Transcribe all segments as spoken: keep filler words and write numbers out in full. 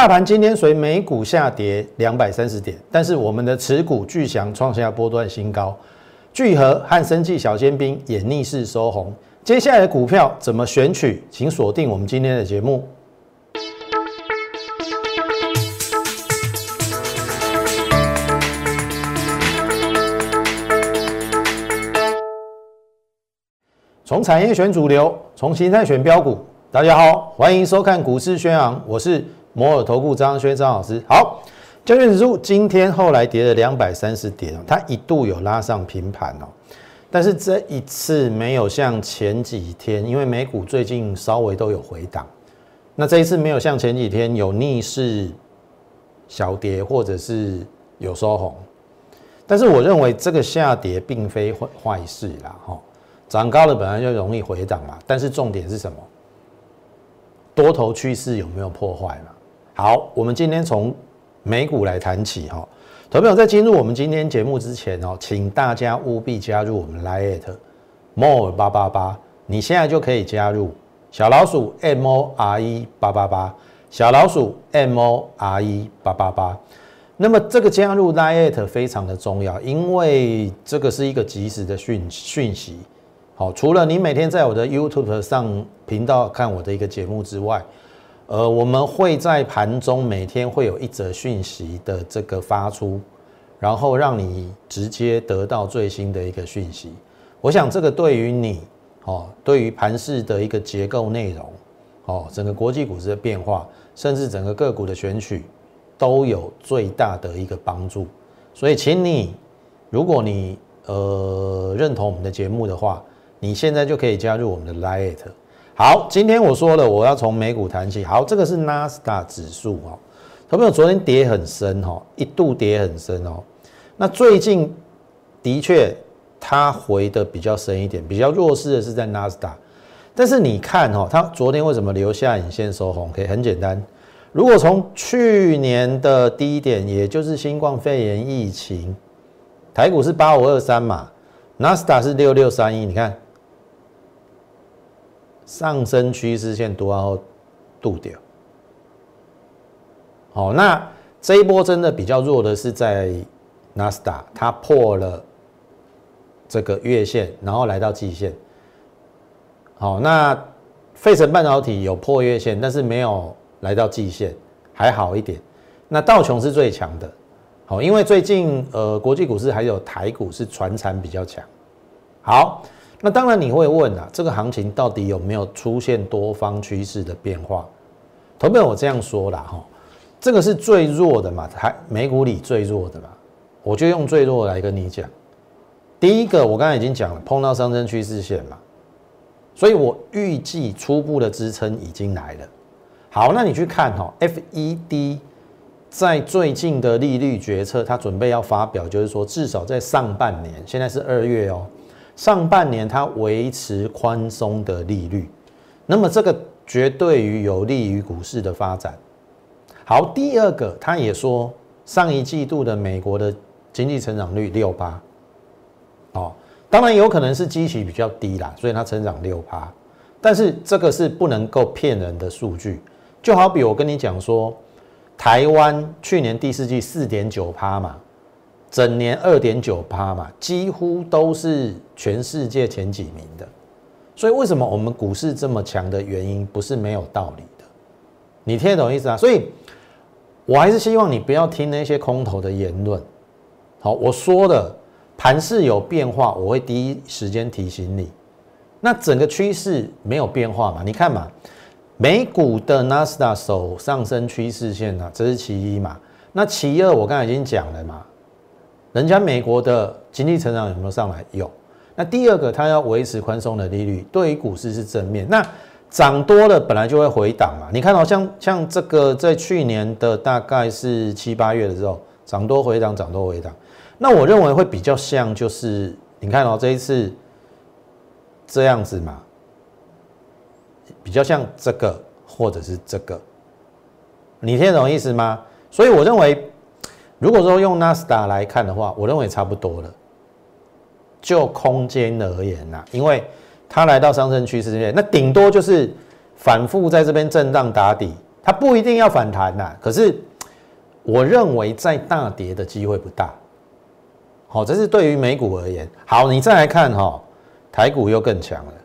大盘今天随美股下跌两百三十点，但是我们的持股巨翔创下波段新高，聚合和生技小尖兵也逆势收红。接下来的股票怎么选取？请锁定我们今天的节目。从产业选主流，从形态选标股。大家好，欢迎收看股市宣昂，我是摩尔投顾张轩张老师。好，加权指数今天后来跌了两百三十点，它一度有拉上平盘哦，但是这一次没有像前几天，因为美股最近稍微都有回档，那这一次没有像前几天有逆势小跌或者是有收红，但是我认为这个下跌并非坏事啦，哈。涨高了本来就容易回档嘛，但是重点是什么？多头趋势有没有破坏嘛？好，我们今天从美股来谈起哈。投资朋友在进入我们今天节目之前哦，请大家务必加入我们 Line more 八八八，你现在就可以加入小老鼠 M O R E 八八八，小老鼠 M O R E 八八八。那么这个加入 Line 非常的重要，因为这个是一个即时的讯讯息。好，除了你每天在我的 YouTube 上频道看我的一个节目之外，呃，我们会在盘中每天会有一则讯息的这个发出，然后让你直接得到最新的一个讯息。我想这个对于你，哦，对于盘势的一个结构内容，哦，整个国际股市的变化，甚至整个个股的选取，都有最大的一个帮助。所以，请你，如果你呃认同我们的节目的话，你现在就可以加入我们的 Line。 好，今天我说了，我要从美股谈起。好，这个是纳斯达克指数哦，投朋友昨天跌很深哦，一度跌很深哦。那最近的确它回的比较深一点，比较弱势的是在纳斯达克。但是你看哦，它昨天为什么留下影线收红？可以很简单，如果从去年的低点，也就是新冠肺炎疫情，台股是八五二三嘛，纳斯达克是六六三一，你看。上升趋势线多然后度掉，好，那这一波真的比较弱的是在纳斯达克，它破了这个月线，然后来到季线。好，那费城半导体有破月线，但是没有来到季线，还好一点。那道琼是最强的，好，因为最近呃国际股市还有台股是传产比较强。好。那当然你会问啊，这个行情到底有没有出现多方趋势的变化？投资朋友，我这样说啦哈，这个是最弱的嘛，台美股里最弱的嘛，我就用最弱来跟你讲。第一个，我刚才已经讲了，碰到上升趋势线嘛，所以我预计初步的支撑已经来了。好，那你去看哈 ，F E D 在最近的利率决策，它准备要发表，就是说至少在上半年，现在是二月哦。上半年它维持宽松的利率，那么这个绝对于有利于股市的发展。好，第二个，他也说上一季度的美国的经济成长率 百分之六， 哦，当然有可能是基期比较低啦，所以它成长 百分之六， 但是这个是不能够骗人的数据。就好比我跟你讲说，台湾去年第四季 百分之四点九 嘛。整年 百分之二点九 嘛，几乎都是全世界前几名的。所以为什么我们股市这么强的原因，不是没有道理的。你听得懂意思啊？所以我还是希望你不要听那些空头的言论。好，我说的盘势有变化，我会第一时间提醒你。那整个趋势没有变化嘛？你看嘛，美股的纳斯达克守上升趋势线啊，这是其一嘛。那其二，我刚才已经讲了嘛。人家美国的经济成长有没有上来？有。那第二个，它要维持宽松的利率，对于股市是正面。那涨多了本来就会回档嘛。你看到、哦、像像这个在去年的大概是七八月的时候，涨多回档，涨多回档。那我认为会比较像，就是你看到、哦、这一次这样子嘛，比较像这个或者是这个，你听得懂意思吗？所以我认为。如果说用纳斯达克来看的话，我认为差不多了。就空间而言呐、啊，因为它来到上升趋势线，那顶多就是反复在这边震荡打底， 它不一定要反弹啦，可是我认为再大跌的机会不大。好，这是对于美股而言。好，你再来看哈，台股又更强了，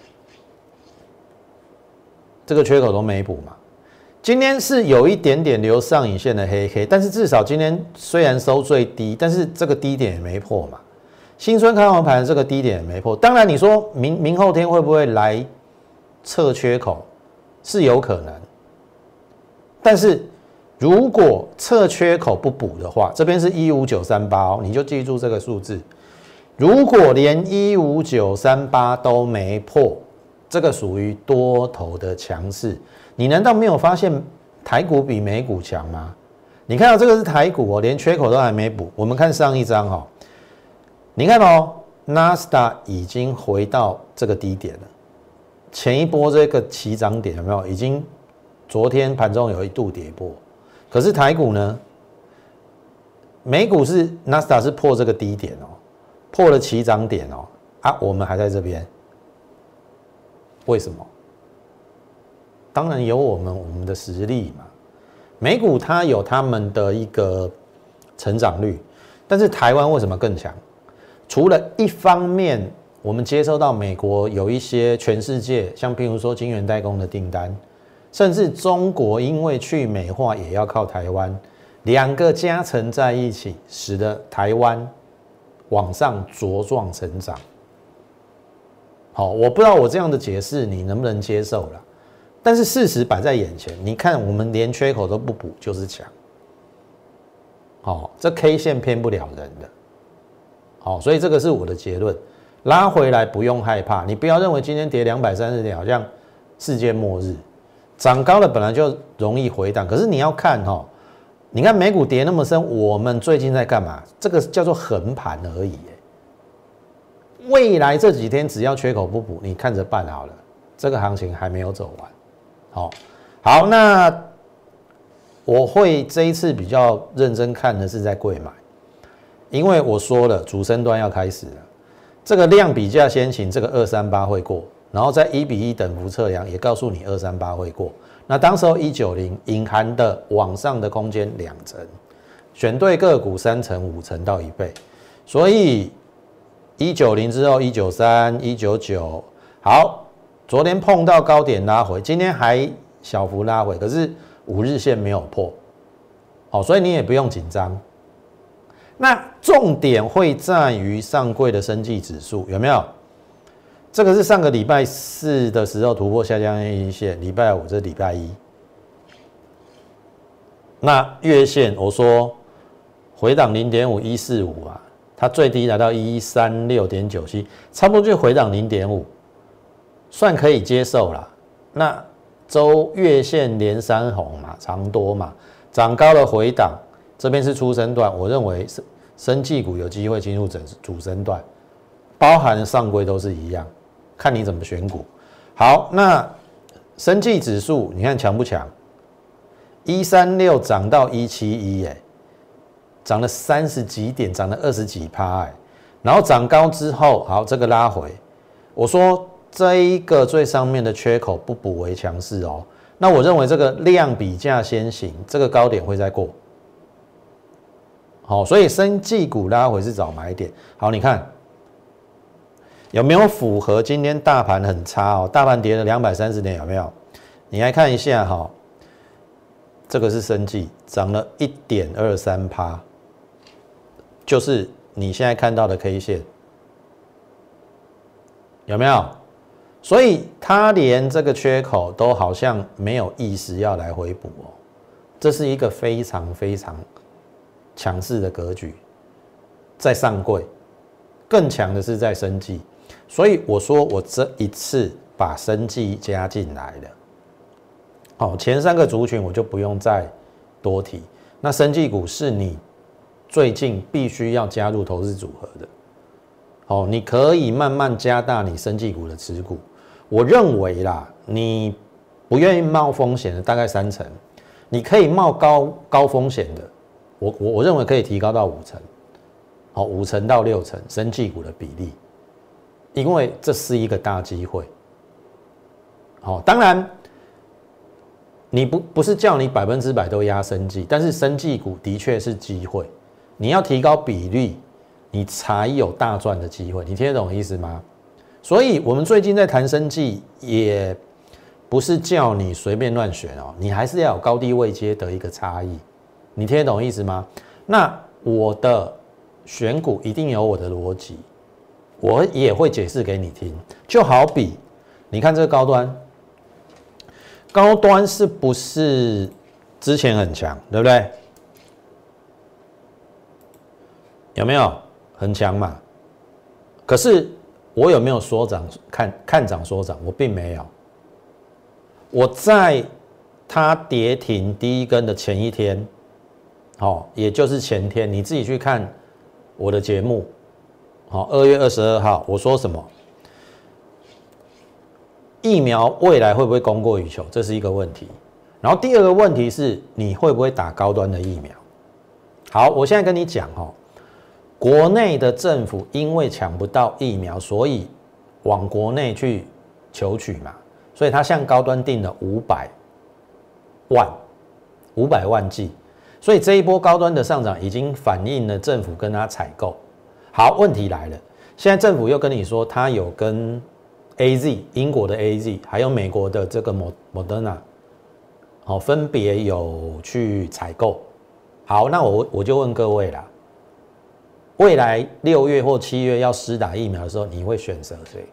这个缺口都没补嘛。今天是有一点点留上影线的黑 K， 但是至少今天虽然收最低，但是这个低点也没破嘛。新春开红盘这个低点也没破，当然你说明明后天会不会来测缺口，是有可能。但是如果测缺口不补的话，这边是一五九三八哦，你就记住这个数字。如果连一五九三八都没破，这个属于多头的强势。你难道没有发现台股比美股强吗？你看到这个是台股哦，连缺口都还没补。我们看上一张哦，你看哦，纳斯达克已经回到这个低点了，前一波这个起涨点有没有？已经昨天盘中有一度跌破，可是台股呢？美股是纳斯达克是破这个低点哦，破了起涨点哦，啊，我们还在这边，为什么？当然有我们我们的实力嘛。美股它有他们的一个成长率，但是台湾为什么更强？除了一方面，我们接收到美国有一些全世界，像譬如说晶圆代工的订单，甚至中国因为去美化也要靠台湾，两个加成在一起，使得台湾往上茁壮成长。好，我不知道我这样的解释你能不能接受啦，但是事实摆在眼前，你看我们连缺口都不补就是强。好，这 K 线骗不了人的。好，所以这个是我的结论，拉回来不用害怕，你不要认为今天跌两百三十点好像世界末日，涨高了本来就容易回档，可是你要看哈，你看美股跌那么深，我们最近在干嘛？这个叫做横盘而已。未来这几天只要缺口不补，你看着办好了，这个行情还没有走完。好，好，那我会这一次比较认真看的是在贵买。因为我说了，主升段要开始了，这个量比价先行，这个二三八会过，然后在一比一等幅测量也告诉你二三八会过。那当时候一九零隐含的往上的空间两成，选对个股三成、五成到一倍，所以一九零之后一九三、一九九，好，昨天碰到高点拉回，今天还小幅拉回，可是五日线没有破，好，所以你也不用紧张。那重点会在于上柜的生技指数有没有？这个是上个礼拜四的时候突破下降月线，礼拜五这是礼拜一。那月线我说回档 零点五一四五 啊，它最低来到一三六点九七，差不多就回档 零点五， 算可以接受啦。那周月线连三红嘛，长多嘛，涨高了回档。这边是初升段，我认为生技股有机会进入主升段，包含上柜都是一样，看你怎么选股。好，那生技指数你看强不强？一三六涨到一七一，哎，涨了三十几点，涨了二十几趴，哎，然后涨高之后，好，这个拉回，我说这一个最上面的缺口不补为强势哦，那我认为这个量比价先行，这个高点会再过。好，所以生技股拉回是找买点。好，你看有没有符合今天大盘很差哦？大盘跌了两百三十点，有没有？你来看一下哈、哦，这个是生技，涨了 一点二三趴，就是你现在看到的 K 线，有没有？所以它连这个缺口都好像没有意识要来回补哦，这是一个非常非常强势的格局，在上柜，更强的是在生技，所以我说我这一次把生技加进来了。好，前三个族群我就不用再多提。那生技股是你最近必须要加入投资组合的。好，你可以慢慢加大你生技股的持股。我认为啦，你不愿意冒风险的大概三成，你可以冒高高风险的。我, 我, 我认为可以提高到五成，好，五成到六成生技股的比例，因为这是一个大机会。好，当然你不不是叫你百分之百都压生技，但是生技股的确是机会，你要提高比率，你才有大赚的机会，你听得懂意思吗？所以我们最近在谈生技，也不是叫你随便乱选哦，你还是要有高低位阶的一个差异，你听得懂意思吗？那我的选股一定有我的逻辑，我也会解释给你听。就好比你看这个高端，高端是不是之前很强，对不对？有没有很强嘛？可是我有没有说涨看看涨说涨？我并没有。我在它跌停第一根的前一天，哦，也就是前天，你自己去看我的节目，好，二月二十二号，我说什么？疫苗未来会不会供过于求？这是一个问题。然后第二个问题是，你会不会打高端的疫苗？好，我现在跟你讲哦，国内的政府因为抢不到疫苗，所以往国内去求取嘛。所以他向高端定了五百万，五百万剂，所以这一波高端的上涨已经反映了政府跟他采购。好，问题来了，现在政府又跟你说他有跟 A Z 英国的 A Z 还有美国的这个 Moderna， 好，分别有去采购。好，那我我就问各位啦，未来六月或七月要施打疫苗的时候，你会选择谁？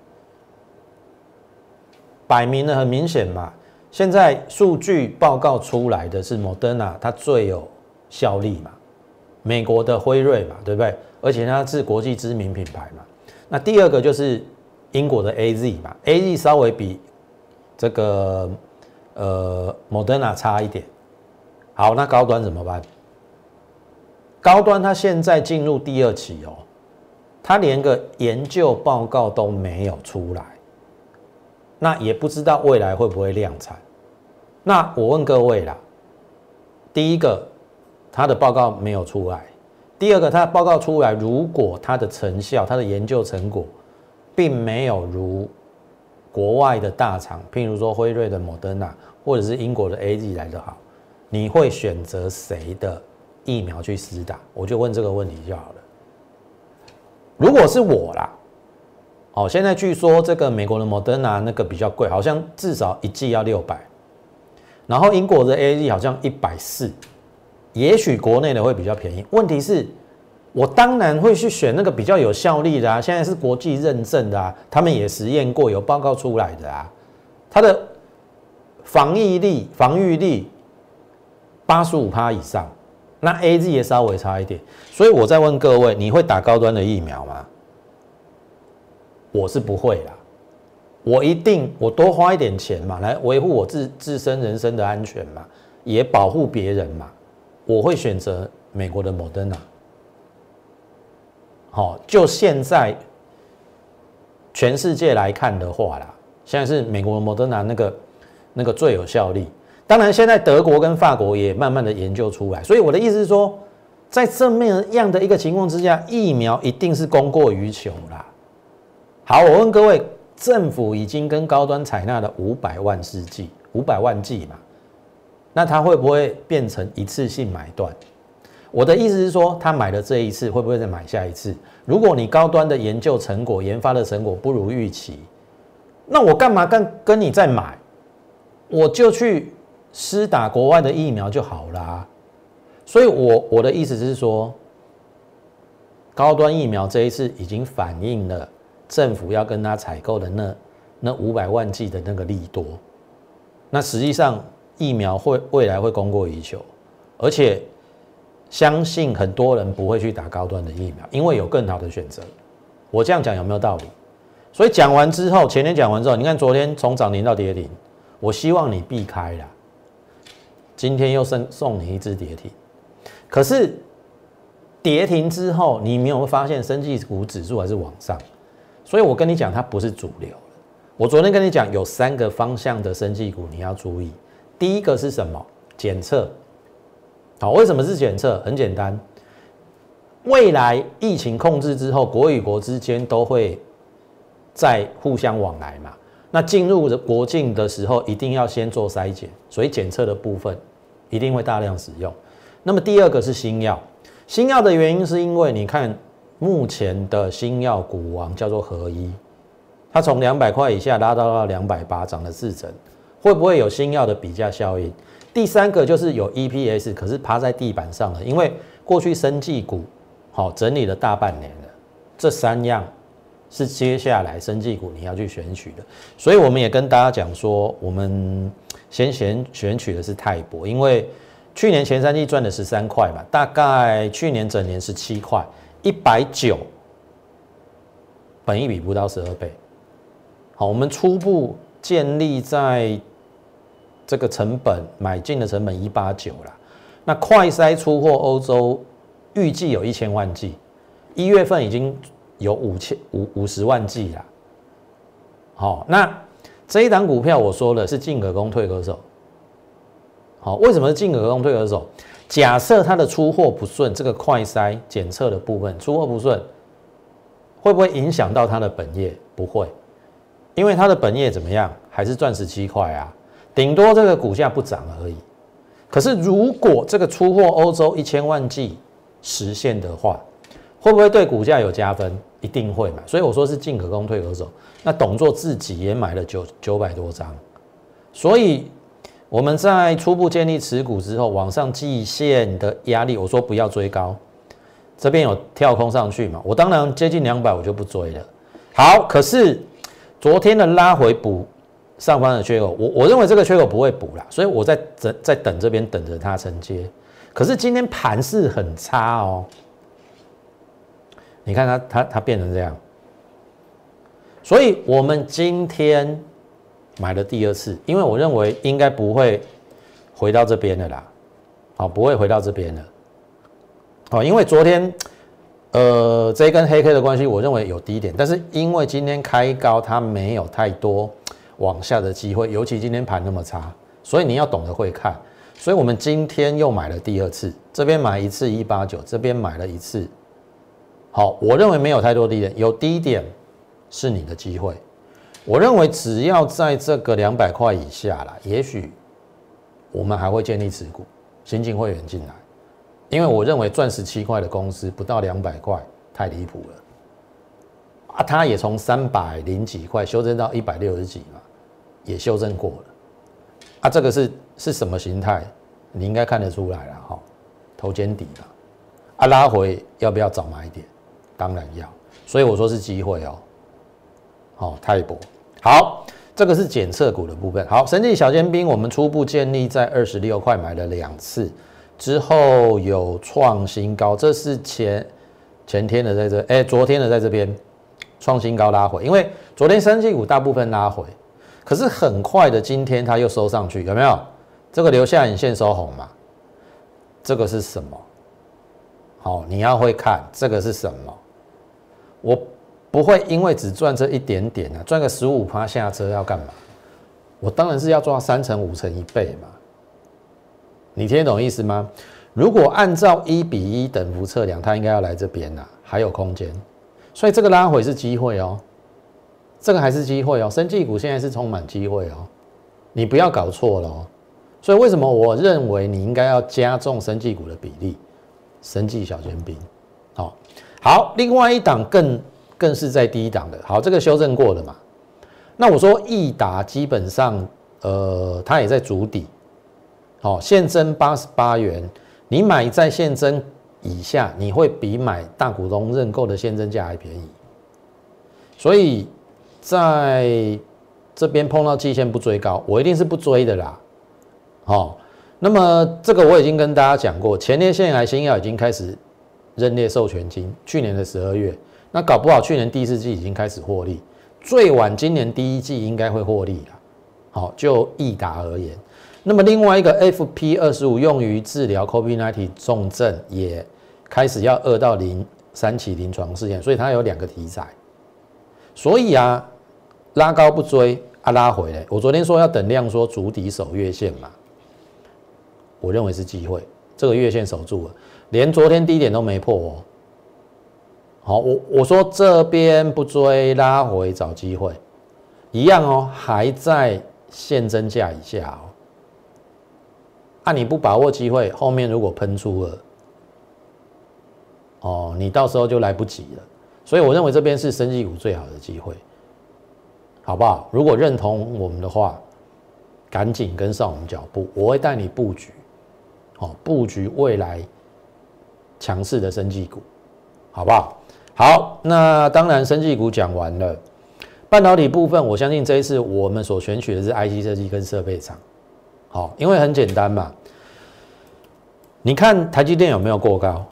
摆明了很明显嘛，现在数据报告出来的是 Moderna 它最有效力嘛，美国的辉瑞嘛，对不对？而且它是国际知名品牌嘛。那第二个就是英国的 A Z 嘛 ，A Z 稍微比这个呃 Moderna 差一点。好，那高端怎么办？高端它现在进入第二期哦，它连个研究报告都没有出来。那也不知道未来会不会量产。那我问各位啦，第一个，他的报告没有出来；第二个，他的报告出来，如果他的成效、他的研究成果，并没有如国外的大厂，譬如说辉瑞的 Moderna 或者是英国的 A Z 来得好，你会选择谁的疫苗去施打？我就问这个问题就好了。如果是我啦。哦，现在据说这个美国的 Moderna 那个比较贵，好像至少一剂要六百，然后英国的 A Z 好像一百四，也许国内的会比较便宜。问题是，我当然会去选那个比较有效力的啊，现在是国际认证的啊，他们也实验过，有报告出来的啊，它的防疫力、防御力百分之八十五以上，那 A Z 也稍微差一点。所以我在问各位，你会打高端的疫苗吗？我是不会啦，我一定我多花一点钱嘛，来维护我自自身人身的安全嘛，也保护别人嘛，我会选择美国的 Moderna。好，就现在全世界来看的话啦，现在是美国的 Moderna 那个那个最有效力。当然，现在德国跟法国也慢慢的研究出来，所以我的意思是说，在这么样的一个情况之下，疫苗一定是供过于求啦。好，我问各位，政府已经跟高端采纳了五百万试剂，五百万剂嘛，那它会不会变成一次性买断？我的意思是说，他买了这一次，会不会再买下一次？如果你高端的研究成果、研发的成果不如预期，那我干嘛跟跟你再买？我就去施打国外的疫苗就好啦。所以我我的意思是说，高端疫苗这一次已经反映了政府要跟他采购的那那五百万剂的那个利多，那实际上疫苗会未来会供过于求，而且相信很多人不会去打高端的疫苗，因为有更好的选择。我这样讲有没有道理？所以讲完之后，前天讲完之后，你看昨天从涨停到跌停，我希望你避开啦。今天又送送你一支跌停，可是跌停之后，你没有发现生技股指数还是往上？所以我跟你讲，它不是主流。我昨天跟你讲，有三个方向的生技股你要注意。第一个是什么？检测。好，为什么是检测？很简单，未来疫情控制之后，国与国之间都会再互相往来嘛。 那进入国境的时候，一定要先做筛检，所以检测的部分一定会大量使用。那么第二个是新药，新药的原因是因为你看目前的新药股王叫做合一，它从两百块以下拉到到两百八，涨了四成，会不会有新药的比价效应？第三个就是有 E P S， 可是趴在地板上了，因为过去生技股好整理了大半年了，这三样是接下来生技股你要去选取的，所以我们也跟大家讲说，我们先选选取的是泰博，因为去年前三季赚了十三块嘛，大概去年整年十七块，一百九，本益比不到十二倍。好，我们初步建立在这个成本买进的成本一百八十九啦，那快筛出货欧洲预计有一千万剂，一月份已经有五千五五十万剂啦。好，那这一档股票我说了是进可攻退可守。好，为什么是进可攻退可守？假设它的出货不顺，这个快筛检测的部分出货不顺，会不会影响到它的本业？不会，因为它的本业怎么样，还是赚十七块啊，顶多这个股价不涨而已。可是如果这个出货欧洲一千万剂实现的话，会不会对股价有加分？一定会嘛。所以我说是进可攻退可守。那董座自己也买了九九百多张，所以我们在初步建立持股之后，往上季线的压力，我说不要追高，这边有跳空上去嘛，我当然接近两百我就不追了。好，可是昨天的拉回补上方的缺口，我我认为这个缺口不会补啦，所以我在等在等这边等着它承接。可是今天盘势很差哦，你看它它它变成这样，所以我们今天买了第二次，因为我认为应该不会回到这边的啦，好，不会回到这边的，好，因为昨天呃这一根黑 K 的关系，我认为有低点，但是因为今天开高，它没有太多往下的机会，尤其今天盘那么差，所以你要懂得会看，所以我们今天又买了第二次，这边买一次一百八十九，这边买了一次，好，我认为没有太多低点，有低点是你的机会。我认为只要在这个两百块以下啦，也许我们还会建立持股，新进会员进来，因为我认为赚十七块的公司不到两百块太离谱了啊！它也从三百零几块修正到一百六十几嘛，也修正过了啊！这个是是什么形态？你应该看得出来了哈，头肩底了啊，拉回要不要早买一点？当然要，所以我说是机会哦。好，泰博。好，这个是检测股的部分。好，神奇小尖兵我们初步建立在二十六块买了两次，之后有创新高，这是前前天的在这，哎、欸，昨天的在这边创新高拉回，因为昨天神奇股大部分拉回，可是很快的今天它又收上去，有没有？这个留下影线收红嘛？这个是什么？好，你要会看这个是什么？我不会因为只赚这一点点啊，赚个十五趴下车要干嘛？我当然是要赚三成、五成、一倍嘛。你听得懂意思吗？如果按照一比一等幅测量，它应该要来这边啦，还有空间，所以这个拉回是机会哦，这个还是机会哦。生技股现在是充满机会哦，你不要搞错了哦。所以为什么我认为你应该要加重生技股的比例？生技小尖兵，好，好，另外一档更。更是在低档的，好，这个修正过了嘛？那我说益达基本上，呃，它也在筑底，好、哦，现增八十八元，你买在现增以下，你会比买大股东认购的现增价还便宜，所以在这边碰到季线不追高，我一定是不追的啦，好、哦，那么这个我已经跟大家讲过，前列腺癌新药已经开始认列授权金，去年的十二月。那搞不好去年第四季已经开始获利，最晚今年第一季应该会获利了。好，就益达而言，那么另外一个 F P 二十五 用于治疗 COVID 十九 重症，也开始要二到零三期临床试验，所以它有两个题材。所以啊，拉高不追啊，拉回来。我昨天说要等量缩筑底守月线嘛，我认为是机会，这个月线守住了，连昨天低点都没破哦。好，我我说这边不追拉回找机会， 一样哦，还在现增价以下哦。啊，你不把握机会，后面如果喷出了，哦，你到时候就来不及了。所以我认为这边是生技股最好的机会，好不好？如果认同我们的话，赶紧跟上我们脚步，我会带你布局，哦，布局未来强势的生技股，好不好？好，那当然生技股讲完了，半导体部分，我相信这一次我们所选取的是 I C 设计跟设备厂，好，因为很简单嘛，你看台积电有没有过高？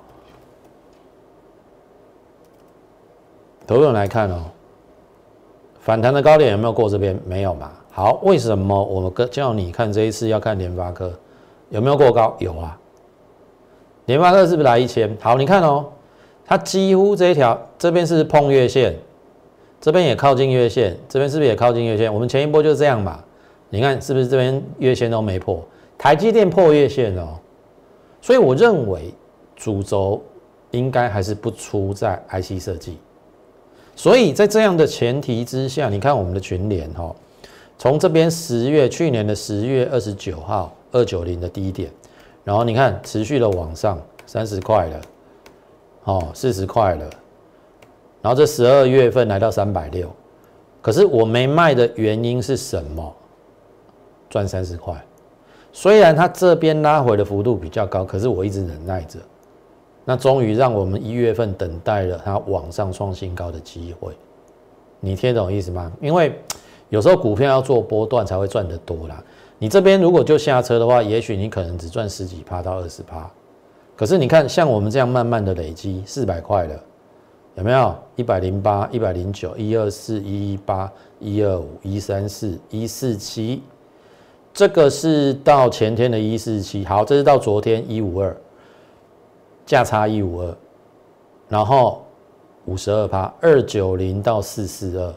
投资人来看哦，反弹的高点有没有过这边？没有嘛。好，为什么我们叫你看这一次要看联发科有没有过高？有啊，联发科是不是来一千？好，你看哦，它几乎这一条这边是碰月线，这边也靠近月线，这边是不是也靠近月线？我们前一波就这样嘛，你看是不是这边月线都没破？台积电破月线哦，所以我认为主轴应该还是不出在 I C 设计。所以在这样的前提之下，你看我们的群联哈，从这边十月去年的十月二十九号二九零的低点，然后你看持续的往上三十块了，哦四十块了，然后这十二月份来到三百六，可是我没卖的原因是什么？赚三十块，虽然它这边拉回的幅度比较高，可是我一直忍耐着。那终于让我们一月份等待了它往上创新高的机会，你听懂意思吗？因为有时候股票要做波段才会赚得多啦。你这边如果就下车的话，也许你可能只赚十几趴到二十趴，可是你看像我们这样慢慢的累积，四百块了，有没有？一百零八、一百零九、一二四、一一八、一二五、一三四、一四七，这个是到前天的一四七，好，这是到昨天一五二。价差一五二，然后五十二趴，二九零到四四二，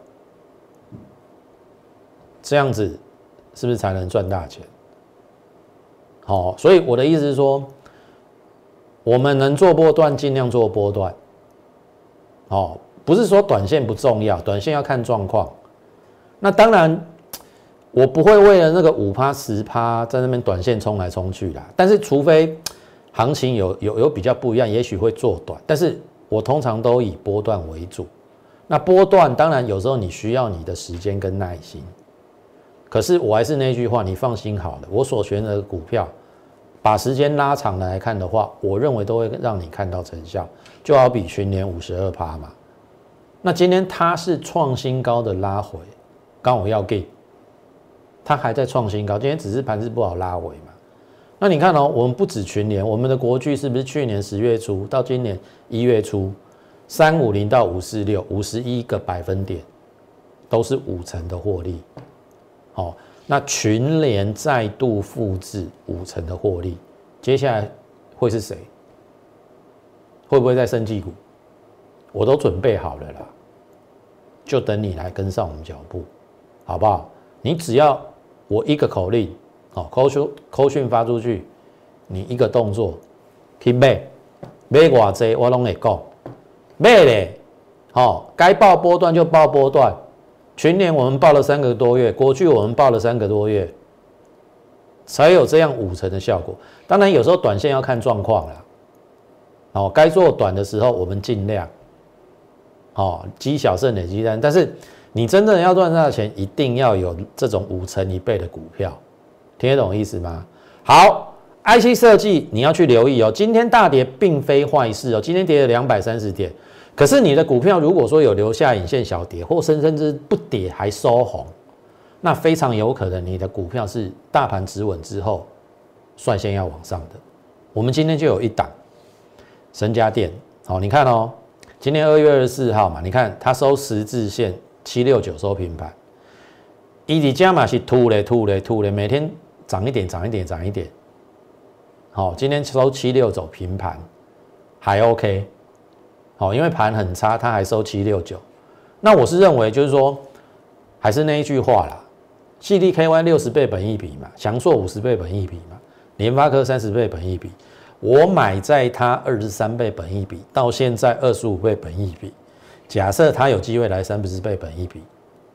这样子是不是才能赚大钱？好、哦，所以我的意思是说，我们能做波段尽量做波段，哦，不是说短线不重要，短线要看状况。那当然，我不会为了那个五趴十趴在那边短线冲来冲去啦，但是除非行情有有有比较不一样，也许会做短，但是我通常都以波段为主。那波段当然有时候你需要你的时间跟耐心，可是我还是那句话，你放心好了，我所选择的股票，把时间拉长来看的话，我认为都会让你看到成效。就好比群联五十二趴嘛，那今天它是创新高的拉回，刚我要给，它还在创新高，今天只是盘势不好拉回嘛。那你看哦，我们不止群联，我们的国巨是不是去年十月初到今年一月初，三五零到五四六，五十一个百分点，都是五成的获利。好、哦，那群联再度复制五成的获利，接下来会是谁？会不会在生技股？我都准备好了啦，就等你来跟上我们脚步，好不好？你只要我一个口令。哦，扣讯扣讯发出去，你一个动作去买，买多少我拢会讲，买嘞，哦，该报波段就报波段，群联我们报了三个多月，国巨我们报了三个多月，才有这样五成的效果。当然有时候短线要看状况啦，哦，该做短的时候我们尽量，哦，积小胜累积单，但是你真正要赚大钱，一定要有这种五成一倍的股票。听得懂意思吗？好 ，I C 设计你要去留意哦。今天大跌并非坏事哦，今天跌了两百三十点，可是你的股票如果说有留下影线小跌，或甚至不跌还收红，那非常有可能你的股票是大盘止稳之后率先要往上的。我们今天就有一档神家电，好，你看哦，今天二月二十四号嘛，你看它收十字线七六九收平盘，伊底加码是突嘞突嘞突嘞，每天涨一点，涨一点，涨一点。好，今天收七六走平盘，还 OK。好，因为盘很差，它还收七六九。那我是认为，就是说，还是那一句话啦 ，C D K Y 六十倍本益比嘛，翔硕五十倍本益比嘛，联发科三十倍本益比，我买在它二十三倍本益比，到现在二十五倍本益比。假设它有机会来三十倍本益比，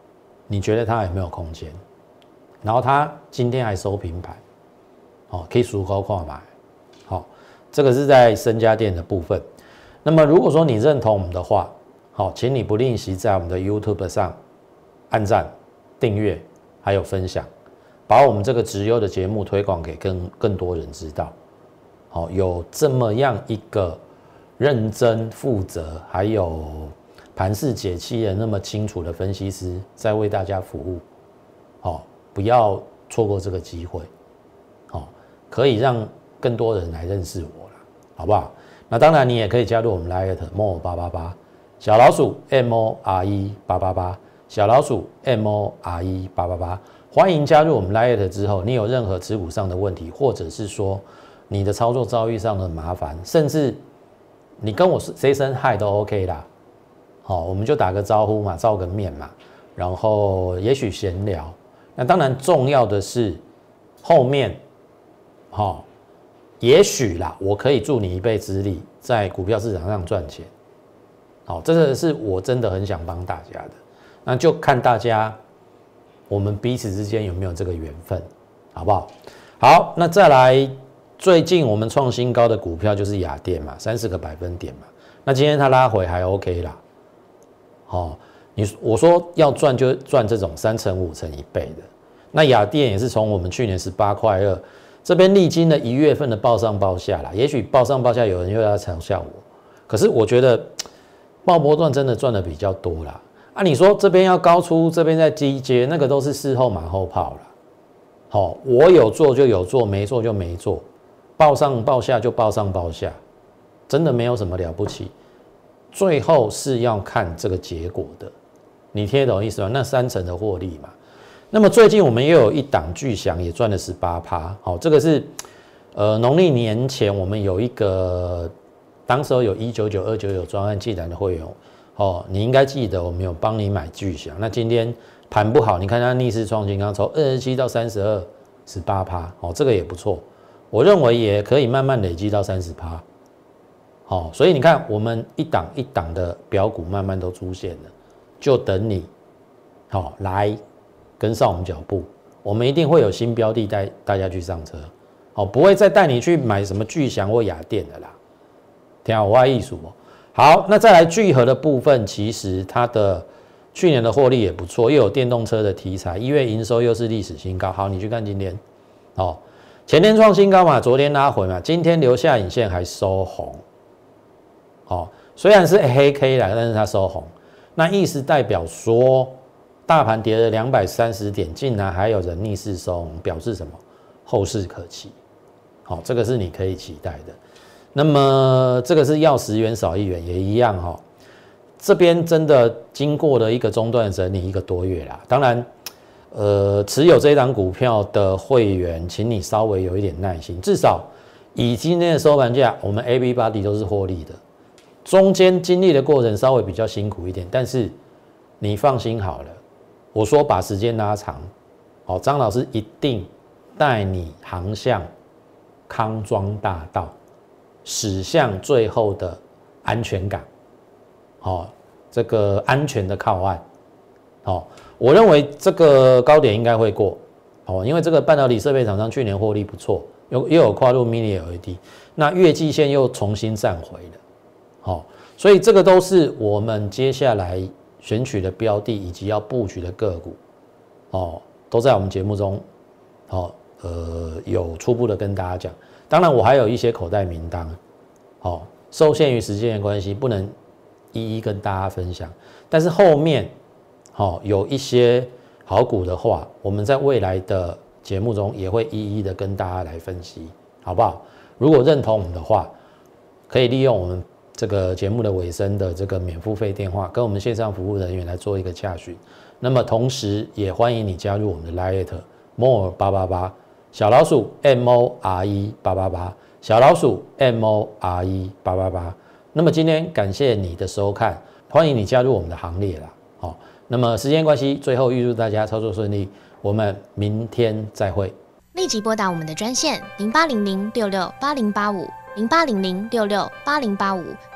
你觉得它有没有空间？然后它今天还收平盘，哦，可以数高跨买，好，这个是在身家电的部分。那么如果说你认同我们的话，好，请你不吝惜在我们的 YouTube 上按赞、订阅，还有分享，把我们这个直优的节目推广给更更多人知道。好，有这么样一个认真负责，还有盘势解析的那么清楚的分析师在为大家服务，好，不要错过这个机会，好，可以让更多人来认识我了，好不好？那当然，你也可以加入我们 Line more 八八八小老鼠 M O R E 八八八小老鼠 M O R E 八八八，欢迎加入我们 Line 之后，你有任何持股上的问题，或者是说你的操作遭遇上的麻烦，甚至你跟我 say 声 hi 都 OK 啦，好，我们就打个招呼嘛，照个面嘛，然后也许闲聊。那当然重要的是后面，好，也许啦，我可以助你一臂之力，在股票市场上赚钱。好，这个是我真的很想帮大家的，那就看大家我们彼此之间有没有这个缘分，好不好？好，那再来。最近我们创新高的股票就是亚电嘛，三十个百分点嘛。那今天它拉回还 OK 啦。哦，你我说要赚就赚这种三成五成一倍的。那亚电也是从我们去年十八块二这边历经了一月份的报上报下啦。也许报上报下有人又要嘲笑我，可是我觉得报波段真的赚的比较多啦。啊，你说这边要高出，这边在低接，那个都是事后马后炮啦。好、哦，我有做就有做，没做就没做。报上报下就报上报下，真的没有什么了不起。最后是要看这个结果的，你听得懂意思吗？那三成的获利嘛。那么最近我们又有一档巨响也赚了 百分之十八， 好，这个是呃农历年前我们有一个，当时候有一九九二九九专案进来的会员，哦，你应该记得我们有帮你买巨响。那今天盘不好，你看它逆势创新高，从二十七到三十二， 百分之十八， 哦，这个也不错。我认为也可以慢慢累积到 百分之三十， 好，所以你看我们一档一档的标股慢慢都出现了，就等你好来跟上我们脚步，我们一定会有新标的带大家去上车，好，不会再带你去买什么巨翔或雅电的啦，听好我艺术哦。好，那再来聚合的部分，其实它的去年的获利也不错，又有电动车的题材，一月营收又是历史新高。好，你去看今天，哦。前天创新高嘛，昨天拉回嘛，今天留下影线还收红，哦，虽然是黑 K 啦，但是它收红，那意思代表说，大盘跌了两百三十点，竟然还有人逆势收红，表示什么？后市可期，好、哦，这个是你可以期待的。那么这个是要十元少一元也一样哈、哦，这边真的经过了一个中段整理一个多月啦，当然。呃，持有这一档股票的会员，请你稍微有一点耐心，至少以今天的收盘价，我们 A B body 都是获利的，中间经历的过程稍微比较辛苦一点，但是你放心好了，我说把时间拉长，好，张老师一定带你航向康庄大道，驶向最后的安全感，好，这个安全的靠岸，好。我认为这个高点应该会过，哦，因为这个半导体设备厂商去年获利不错，又又有跨入 mini L E D， 那月季线又重新站回了，好，所以这个都是我们接下来选取的标的以及要布局的个股，哦，都在我们节目中，哦，呃，有初步的跟大家讲。当然，我还有一些口袋名单，哦，受限于时间的关系，不能一一跟大家分享，但是后面。好，有一些好股的话，我们在未来的节目中也会一一的跟大家来分析，好不好？如果认同我们的话，可以利用我们这个节目的尾声的这个免付费电话，跟我们线上服务人员来做一个洽询。那么同时也欢迎你加入我们的 Line more 八八八小老鼠 M O R E 八八八小老鼠 M O R E 八八八。那么今天感谢你的收看，欢迎你加入我们的行列啦。好。那么时间关系，最后预祝大家操作顺利，我们明天再会。 立即拨打我们的专线零八零零六六八零八五零八零零六六八零八五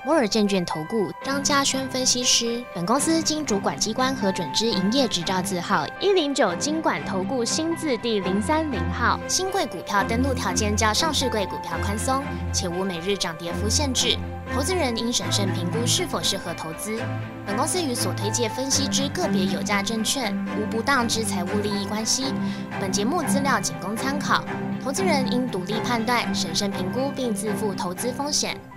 摩尔证券投顾张嘉轩分析师。本公司经主管机关核准之营业执照字号一零九金管投顾新字第零三零号。新贵股票登录条件较上市柜股票宽松，且无每日涨跌幅限制。投资人应审慎评估是否适合投资。本公司与所推介分析之个别有价证券无不当之财务利益关系。本节目资料仅供参考，投资人应独立判断、审慎评估并自负投资风险。